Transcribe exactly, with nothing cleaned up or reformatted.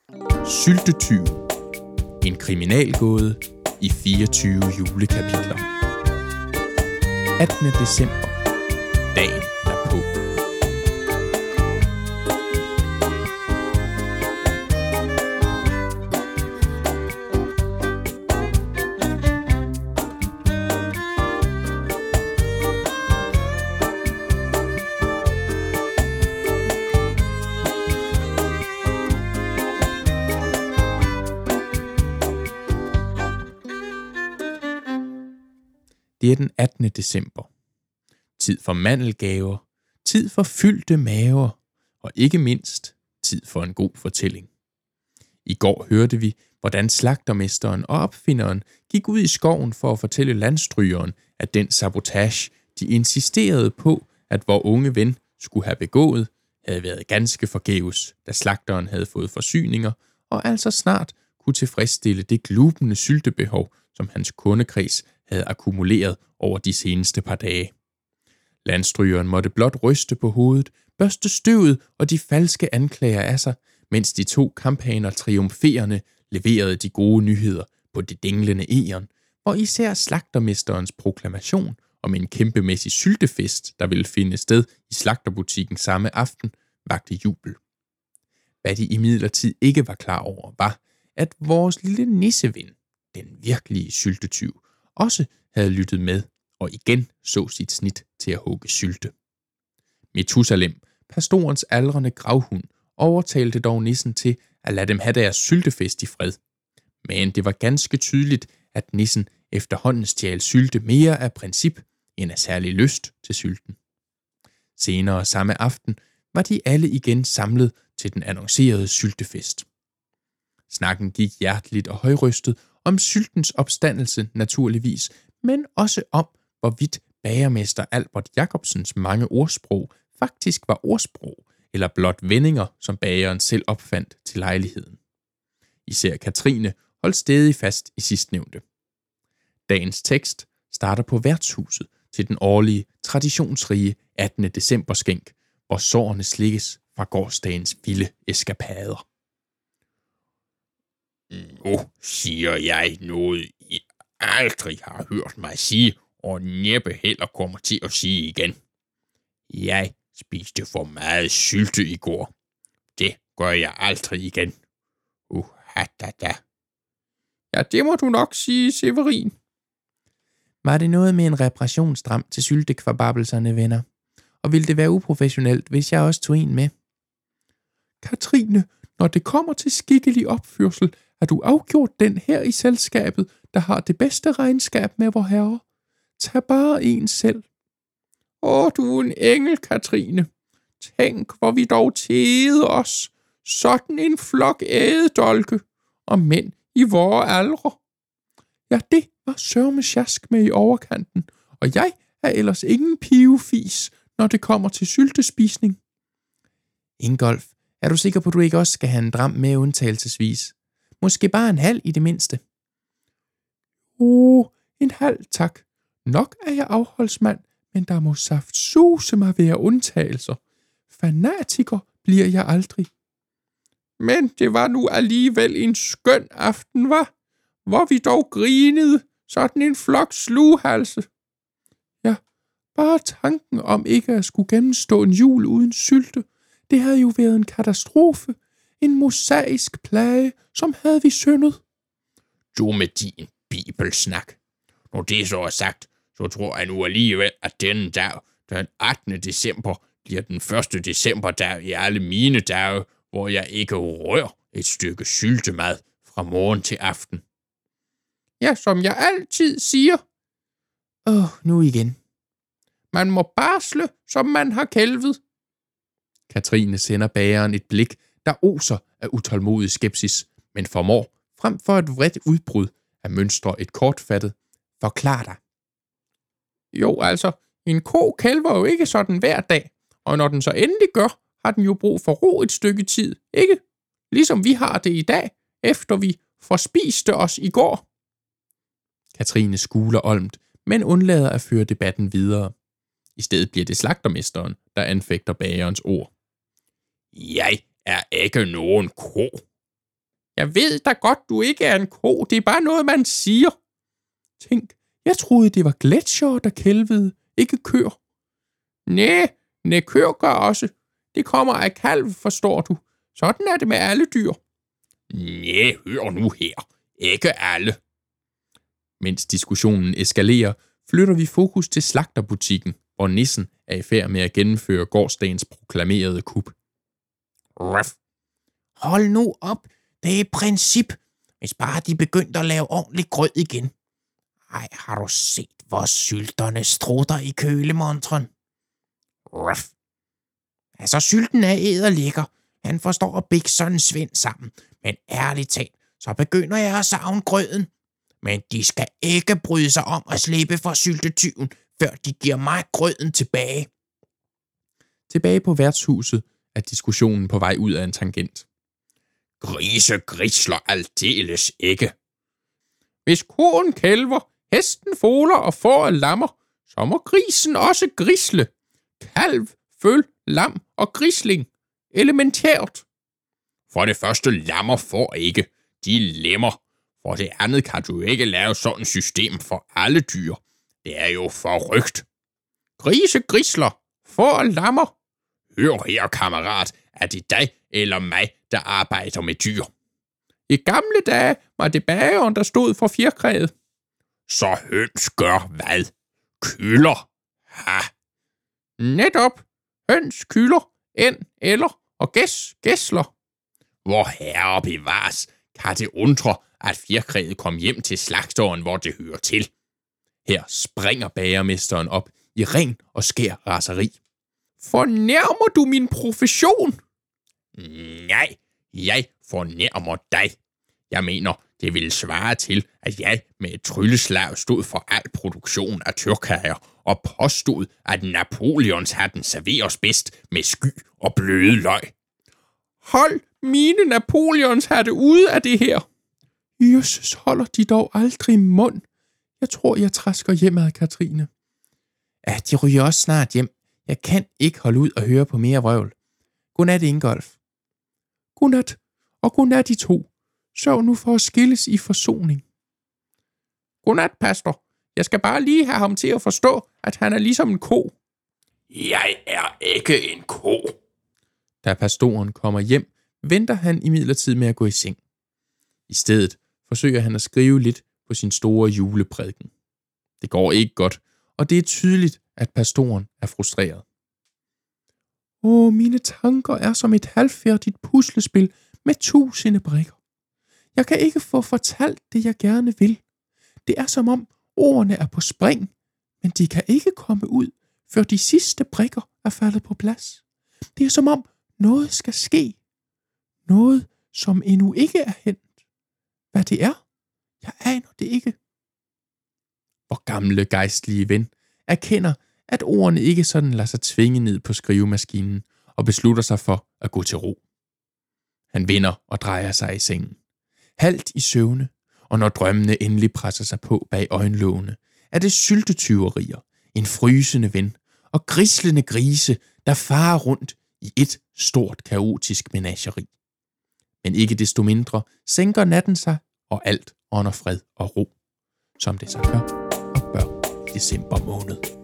Syltetyven. En kriminalgåde i fireogtyve julekapitler. attende december. Dagen derpå. Det er den attende december. Tid for mandelgaver, tid for fyldte maver, og ikke mindst tid for en god fortælling. I går hørte vi, hvordan slagtermesteren og opfinderen gik ud i skoven for at fortælle landstrygeren, at den sabotage, de insisterede på, at vor unge ven skulle have begået, havde været ganske forgæves, da slagteren havde fået forsyninger, og altså snart kunne tilfredsstille det glubende syltebehov, som hans kundekreds havde akkumuleret over de seneste par dage. Landstrygeren måtte blot ryste på hovedet, børste støvet og de falske anklager af sig, mens de to kamphaner triumferende leverede de gode nyheder på det dinglende egern, hvor især slagtermesterens proklamation om en kæmpemæssig syltefest, der ville finde sted i slagterbutikken samme aften, vakte jubel. Hvad de imidlertid ikke var klar over, var, at vores lille nisseven, den virkelige syltetyv, også havde lyttet med og igen så sit snit til at hugge sylte. Metusalem, pastorens aldrende gravhund, overtalte dog nissen til at lade dem have deres syltefest i fred. Men det var ganske tydeligt, at nissen efterhånden stjal sylte mere af princip end af særlig lyst til sylten. Senere samme aften var de alle igen samlet til den annoncerede syltefest. Snakken gik hjerteligt og højrystet om syltens opstandelse naturligvis, men også om, hvorvidt bagermester Albert Jacobsens mange ordsprog faktisk var ordsprog, eller blot vendinger, som bageren selv opfandt til lejligheden. Især Katrine holdt stædig fast i sidstnævnte. Dagens tekst starter på værtshuset til den årlige, traditionsrige attende december skænk, hvor sårene slikkes fra gårsdagens vilde eskapader. Nu siger jeg noget, I aldrig har hørt mig sige, og næppe heller kommer til at sige igen. Jeg spiste for meget sylte i går. Det gør jeg aldrig igen. Uh, da, da. Ja, det må du nok sige, Severin. Var det noget med en reparationsdram til syltekvababelserne, venner? Og ville det være uprofessionelt, hvis jeg også tog en med? Katrine, når det kommer til skikkelig opførsel, har du afgjort den her i selskabet, der har det bedste regnskab med vor herre. Tag bare en selv. Åh, du er en engel, Katrine. Tænk, hvor vi dog tæede os. Sådan en flok ædedolke, og mænd i vore aldre. Ja, det var sørme sjask med i overkanten, og jeg er ellers ingen pivefis, når det kommer til syltespisning. Ingolf, er du sikker på, at du ikke også skal have en dram med undtagelsesvis? Måske bare en halv i det mindste. Åh, en halv tak. Nok er jeg afholdsmand, men der må saft suse mig være undtagelser. Fanatiker bliver jeg aldrig. Men det var nu alligevel en skøn aften, var, hvor vi dog grinede, sådan en flok slughalse. Ja, bare tanken om ikke at skulle gennemstå en jul uden sylte, det havde jo været en katastrofe, en mosaisk plage, som havde vi syndet. Du med din bibelsnak. Når det så er sagt, så tror jeg nu alligevel, at denne dag, den attende december, bliver den første decemberdag i alle mine dage, hvor jeg ikke rører et stykke syltemad fra morgen til aften. Ja, som jeg altid siger. Åh, oh, nu igen. Man må barsle, som man har kælvet. Katrine sender bageren et blik, der oser af utålmodig skepsis, men formår, frem for et vredt udbrud, at mønstre et kortfattet. Forklar dig. Jo, altså, en ko kælver jo ikke sådan hver dag, og når den så endelig gør, har den jo brug for ro et stykke tid, ikke? Ligesom vi har det i dag, efter vi forspiste os i går. Katrine skuler olmt, men undlader at føre debatten videre. I stedet bliver det slagtermesteren, der anfægter bagerens ord. Jeg er ikke nogen ko. Jeg ved da godt, du ikke er en ko. Det er bare noget, man siger. Tænk, jeg troede, det var gletsjere, der kælvede, ikke køer. Næh, næh, køer gør også. Det kommer af kalv, forstår du. Sådan er det med alle dyr. Næh, hør nu her. Ikke alle. Mens diskussionen eskalerer, flytter vi fokus til slagterbutikken, hvor nissen er i færd med at gennemføre gårsdagens proklamerede kup. Ruff. Hold nu op. Det er princip. Hvis bare de begyndte at lave ordentlig grød igen. Ej, har du set, hvor sylterne strutter i kølemontren? Ruff. Altså, sylten er æderlækker. Han forstår at bække sådan en svend sammen. Men ærligt talt, så begynder jeg at savne grøden. Men de skal ikke bryde sig om at slippe for syltetyven, før de giver mig grøden tilbage. Tilbage på værtshuset er diskussionen på vej ud af en tangent. Grise grisler aldeles ikke. Hvis koen kælver, hesten foler og får lammer, så må grisen også grisle. Kalv, føl, lam og grisling. Elementært. For det første lammer får ikke. De lemmer. For det andet kan du ikke lave sådan et system for alle dyr. Det er jo forrygt. Grise grisler, får lammer. Hør her, kammerat. Er det dig eller mig, der arbejder med dyr? I gamle dage var det bageren, der stod for fjerkræet. Så høns gør hvad? Kylder? Ha! Netop. Høns, kylder, end, eller og gæs, gæsler. Hvor herre bevares, kan det undre, at fjerkræet kom hjem til slagteren, hvor det hører til. Her springer bagermesteren op i ren og skær raseri. Fornærmer du min profession? Nej, jeg fornærmer dig. Jeg mener, det ville svare til, at jeg med et trylleslag stod for al produktion af tørkager og påstod, at Napoleons hatten serveres bedst med sky og bløde løg. Hold mine Napoleons hatte ude af det her. Jesus, holder de dog aldrig mund. Jeg tror, jeg træsker hjemad, Katrine. Ja, de ryger også snart hjem. Jeg kan ikke holde ud og høre på mere vrøvl. Godnat, Ingolf. Godnat, og godnat de to. Sørg nu for at skilles i forsoning. Godnat, pastor. Jeg skal bare lige have ham til at forstå, at han er ligesom en ko. Jeg er ikke en ko. Da pastoren kommer hjem, venter han imidlertid med at gå i seng. I stedet forsøger han at skrive lidt på sin store juleprædiken. Det går ikke godt, og det er tydeligt, at pastoren er frustreret. Åh, mine tanker er som et halvfærdigt puslespil med tusinde brikker. Jeg kan ikke få fortalt det, jeg gerne vil. Det er som om ordene er på spring, men de kan ikke komme ud, før de sidste brikker er faldet på plads. Det er som om noget skal ske. Noget, som endnu ikke er hent. Hvad det er? Jeg aner det ikke. Vor gamle gejstlige ven erkender, at ordene ikke sådan lader sig tvinge ned på skrivemaskinen og beslutter sig for at gå til ro. Han vender og drejer sig i sengen. Halvt i søvne, og når drømmene endelig presser sig på bag øjenlågene, er det syltetyverier, en frysende ven og grislende grise, der farer rundt i et stort kaotisk menageri. Men ikke desto mindre sænker natten sig, og alt ånder fred og ro, som det så gør og bør i december måned.